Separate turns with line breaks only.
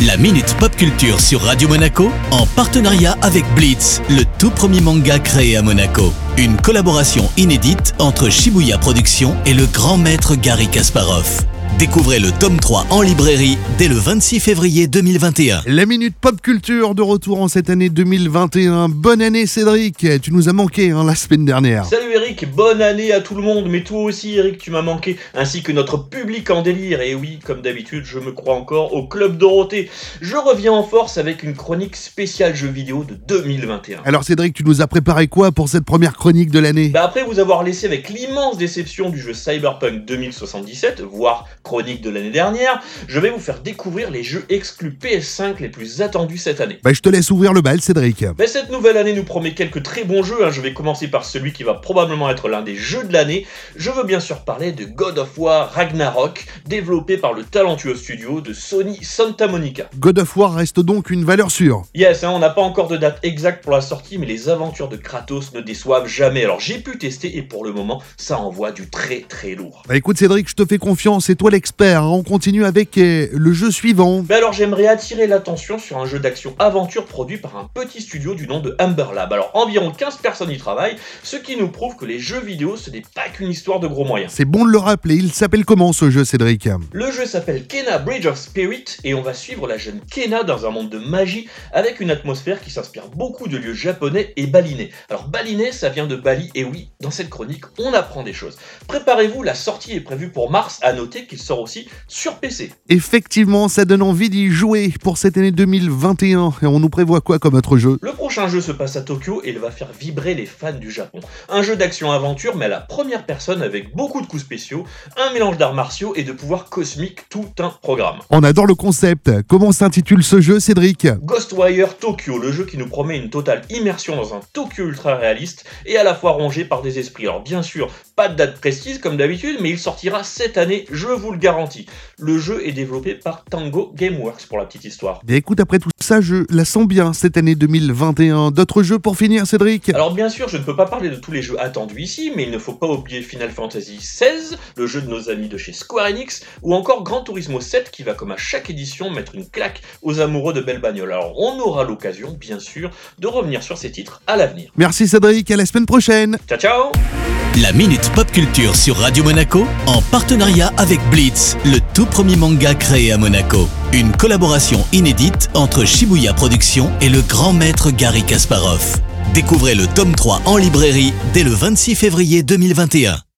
La Minute Pop Culture sur Radio Monaco, en partenariat avec Blitz, le tout premier manga créé à Monaco. Une collaboration inédite entre Shibuya Productions et le grand maître Garry Kasparov. Découvrez le tome 3 en librairie dès le 26 février 2021.
La Minute Pop Culture de retour en cette année 2021. Bonne année Cédric, tu nous as manqué la semaine dernière.
Salut Eric, bonne année à tout le monde, mais toi aussi Eric tu m'as manqué, ainsi que notre public en délire, et oui, comme d'habitude, je me crois encore au Club Dorothée. Je reviens en force avec une chronique spéciale jeux vidéo de 2021.
Alors Cédric, tu nous as préparé quoi pour cette première chronique de l'année ?
Après vous avoir laissé avec l'immense déception du jeu Cyberpunk 2077, voire chronique de l'année dernière, je vais vous faire découvrir les jeux exclus PS5 les plus attendus cette année.
Je te laisse ouvrir le bal Cédric.
Cette nouvelle année nous promet quelques très bons jeux, je vais commencer par celui qui va probablement être l'un des jeux de l'année. Je veux bien sûr parler de God of War Ragnarok, développé par le talentueux studio de Sony Santa Monica.
God of War reste donc une valeur sûre.
Yes, on n'a pas encore de date exacte pour la sortie, mais les aventures de Kratos ne déçoivent jamais. Alors j'ai pu tester et pour le moment, ça envoie du très très lourd.
Écoute Cédric, je te fais confiance, c'est toi l'expert. On continue avec le jeu suivant.
Alors j'aimerais attirer l'attention sur un jeu d'action-aventure produit par un petit studio du nom de Humber Lab. Alors environ 15 personnes y travaillent, ce qui nous prouve que les jeux vidéo ce n'est pas qu'une histoire de gros moyens.
C'est bon de le rappeler, il s'appelle comment ce jeu Cédric ?
Le jeu s'appelle Kena Bridge of Spirit et on va suivre la jeune Kena dans un monde de magie avec une atmosphère qui s'inspire beaucoup de lieux japonais et balinais. Alors balinais ça vient de Bali et oui, dans cette chronique on apprend des choses. Préparez-vous, la sortie est prévue pour mars, à noter qu'il sort aussi sur PC.
Effectivement, ça donne envie d'y jouer pour cette année 2021. Et on nous prévoit quoi comme autre jeu ?
Le prochain jeu se passe à Tokyo et il va faire vibrer les fans du Japon. Un jeu d'action-aventure mais à la première personne avec beaucoup de coups spéciaux, un mélange d'arts martiaux et de pouvoirs cosmiques, tout un programme.
On adore le concept. Comment s'intitule ce jeu Cédric ?
Ghostwire Tokyo, le jeu qui nous promet une totale immersion dans un Tokyo ultra réaliste et à la fois rongé par des esprits. Alors bien sûr, pas de date précise comme d'habitude, mais il sortira cette année, je vous le garantis. Le jeu est développé par Tango Gameworks pour la petite histoire.
Écoute, après tout ça, je la sens bien cette année 2021. D'autres jeux pour finir, Cédric ?
Alors bien sûr, je ne peux pas parler de tous les jeux attendus ici, mais il ne faut pas oublier Final Fantasy XVI, le jeu de nos amis de chez Square Enix, ou encore Gran Turismo 7 qui va comme à chaque édition mettre une claque aux amoureux de belles bagnoles. Alors on aura l'occasion, bien sûr, de revenir sur ces titres à l'avenir.
Merci Cédric, à la semaine prochaine.
Ciao ciao.
La Minute Pop Culture sur Radio Monaco, en partenariat avec Blitz, le tout premier manga créé à Monaco. Une collaboration inédite entre Shibuya Productions et le grand maître Garry Kasparov. Découvrez le tome 3 en librairie dès le 26 février 2021.